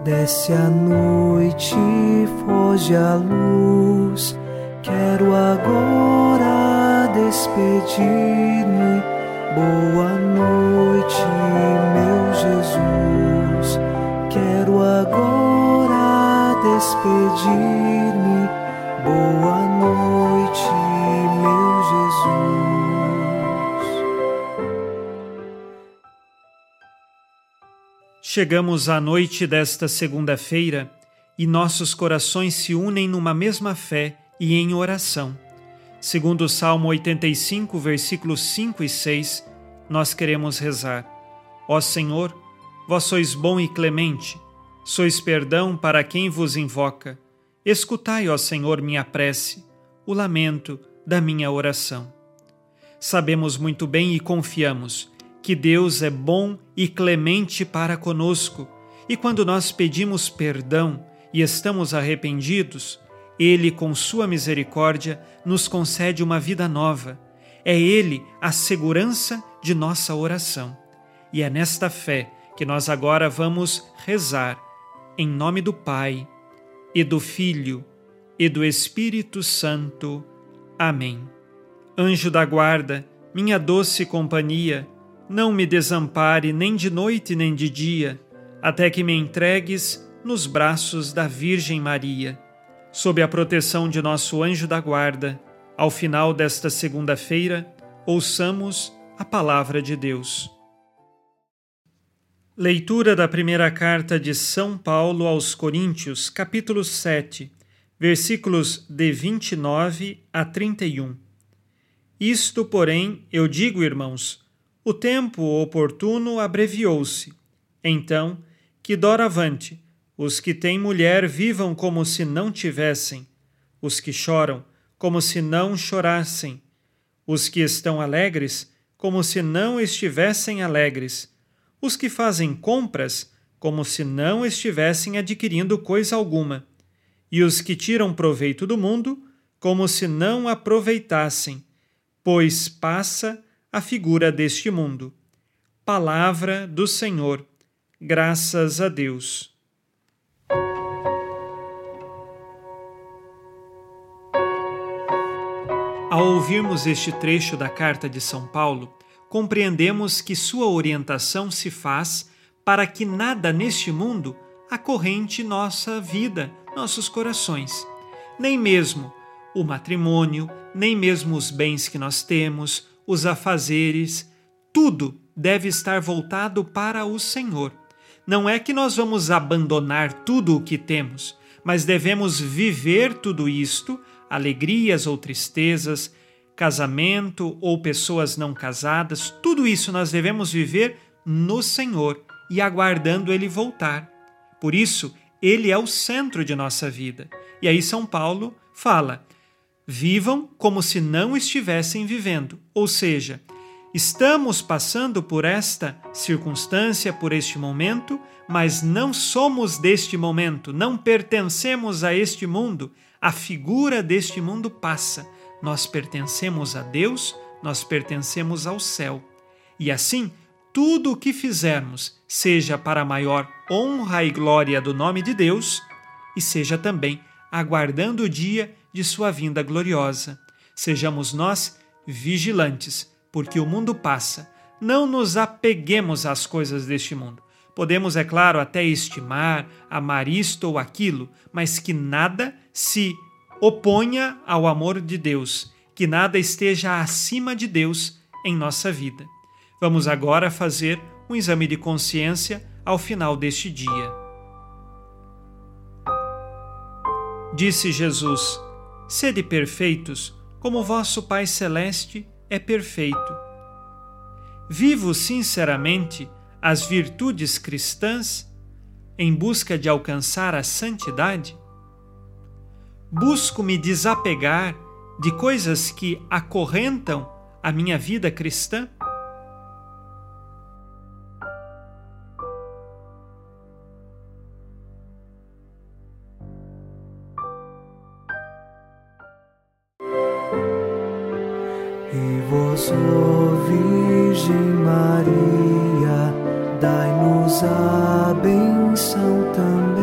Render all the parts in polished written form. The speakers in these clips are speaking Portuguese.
Desce a noite, foge a luz. Quero agora despedir-me. Boa noite, meu Jesus. Quero agora despedir-me. Boa noite, meu Jesus. Chegamos à noite desta segunda-feira e nossos corações se unem numa mesma fé e em oração. Segundo o Salmo 85, versículos 5 e 6, nós queremos rezar: Ó Senhor, vós sois bom e clemente, sois perdão para quem vos invoca. Escutai, ó Senhor, minha prece, o lamento da minha oração. Sabemos muito bem e confiamos que Deus é bom e clemente para conosco, e quando nós pedimos perdão e estamos arrependidos, Ele, com sua misericórdia, nos concede uma vida nova. É Ele a segurança de nossa oração. E é nesta fé que nós agora vamos rezar, em nome do Pai, e do Filho, e do Espírito Santo. Amém. Anjo da guarda, minha doce companhia, não me desampare nem de noite nem de dia, até que me entregues nos braços da Virgem Maria. Sob a proteção de nosso anjo da guarda, ao final desta segunda-feira, ouçamos a palavra de Deus. Leitura da primeira carta de São Paulo aos Coríntios, capítulo 7, versículos de 29 a 31. Isto, porém, eu digo, irmãos, o tempo oportuno abreviou-se. Então, que doravante, os que têm mulher vivam como se não tivessem, os que choram como se não chorassem, os que estão alegres como se não estivessem alegres, os que fazem compras como se não estivessem adquirindo coisa alguma, e os que tiram proveito do mundo como se não aproveitassem, pois passa a figura deste mundo. Palavra do Senhor. Graças a Deus. Ao ouvirmos este trecho da carta de São Paulo, compreendemos que sua orientação se faz para que nada neste mundo acorrente nossa vida, nossos corações. Nem mesmo o matrimônio, nem mesmo os bens que nós temos, os afazeres, tudo deve estar voltado para o Senhor. Não é que nós vamos abandonar tudo o que temos, mas devemos viver tudo isto, alegrias ou tristezas, casamento ou pessoas não casadas, tudo isso nós devemos viver no Senhor e aguardando Ele voltar. Por isso, Ele é o centro de nossa vida. E aí São Paulo fala: vivam como se não estivessem vivendo, ou seja, estamos passando por esta circunstância, por este momento, mas não somos deste momento, não pertencemos a este mundo. A figura deste mundo passa. Nós pertencemos a Deus, nós pertencemos ao céu. E assim, tudo o que fizermos, seja para a maior honra e glória do nome de Deus, e seja também aguardando o dia de sua vinda gloriosa. Sejamos nós vigilantes, porque o mundo passa. Não nos apeguemos às coisas deste mundo. Podemos, é claro, até estimar, amar isto ou aquilo, mas que nada se oponha ao amor de Deus, que nada esteja acima de Deus em nossa vida. Vamos agora fazer um exame de consciência ao final deste dia. Disse Jesus: sede perfeitos, como vosso Pai Celeste é perfeito. Vivo sinceramente as virtudes cristãs em busca de alcançar a santidade? Busco me desapegar de coisas que acorrentam a minha vida cristã? E vós, ó Virgem Maria, dai-nos a benção também.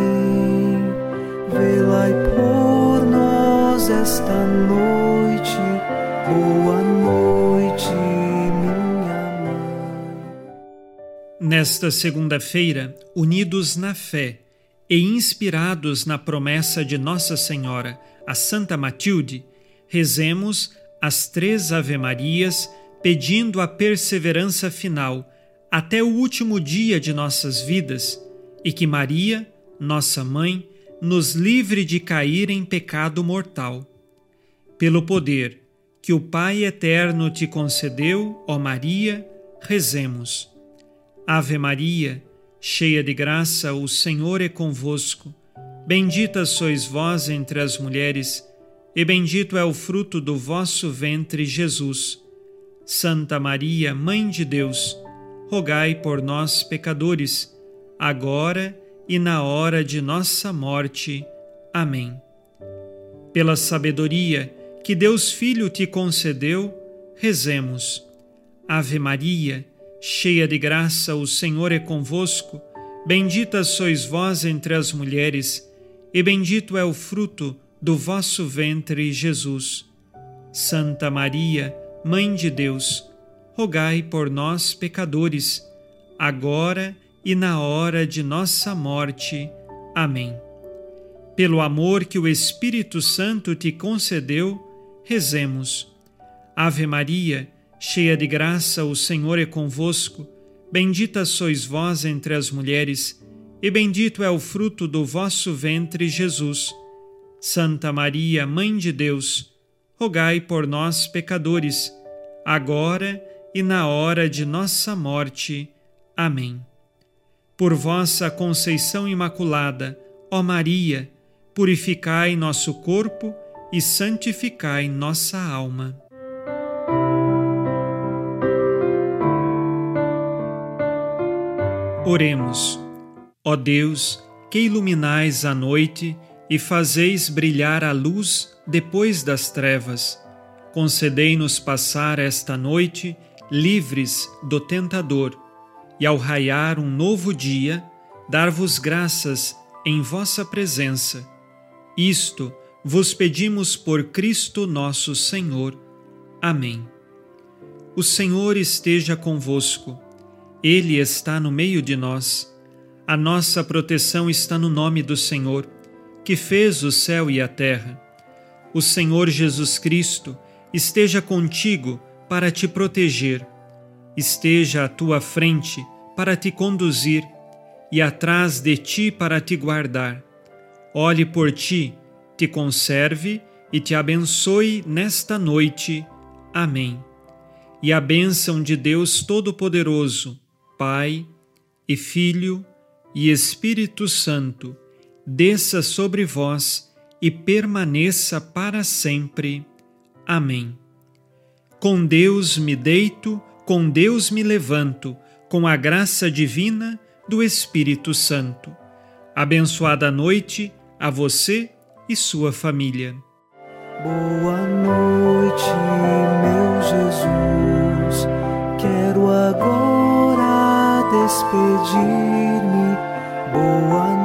Nesta segunda-feira, unidos na fé e inspirados na promessa de Nossa Senhora, a Santa Matilde, rezemos as 3 Ave-Marias pedindo a perseverança final até o último dia de nossas vidas e que Maria, nossa Mãe, nos livre de cair em pecado mortal. Pelo poder que o Pai Eterno te concedeu, ó Maria, rezemos. Ave Maria, cheia de graça, o Senhor é convosco. Bendita sois vós entre as mulheres, e bendito é o fruto do vosso ventre, Jesus. Santa Maria, Mãe de Deus, rogai por nós, pecadores, agora e na hora de nossa morte. Amém. Pela sabedoria que Deus Filho te concedeu, rezemos. Ave Maria, cheia de graça, o Senhor é convosco. Bendita sois vós entre as mulheres, e bendito é o fruto do vosso ventre, Jesus. Santa Maria, Mãe de Deus, rogai por nós, pecadores, agora e na hora de nossa morte. Amém. Pelo amor que o Espírito Santo te concedeu, rezemos. Ave Maria, cheia de graça, o Senhor é convosco. Bendita sois vós entre as mulheres, e bendito é o fruto do vosso ventre, Jesus. Santa Maria, Mãe de Deus, rogai por nós, pecadores, agora e na hora de nossa morte. Amém. Por vossa conceição imaculada, ó Maria, purificai nosso corpo e santificai nossa alma. Oremos. Ó Deus, que iluminais a noite e fazeis brilhar a luz depois das trevas, concedei-nos passar esta noite livres do tentador e, ao raiar um novo dia, dar-vos graças em vossa presença. Isto vos pedimos por Cristo nosso Senhor. Amém. O Senhor esteja convosco. Ele está no meio de nós. A nossa proteção está no nome do Senhor, que fez o céu e a terra. O Senhor Jesus Cristo esteja contigo para te proteger. Esteja à tua frente para te conduzir e atrás de ti para te guardar. Olhe por ti, te conserve e te abençoe nesta noite. Amém. E a bênção de Deus Todo-Poderoso, Pai e Filho e Espírito Santo, desça sobre vós e permaneça para sempre. Amém. Com Deus me deito, com Deus me levanto, com a graça divina do Espírito Santo. Abençoada noite a você e sua família. Boa noite, meu Jesus. Quero agora despedir-me. Boa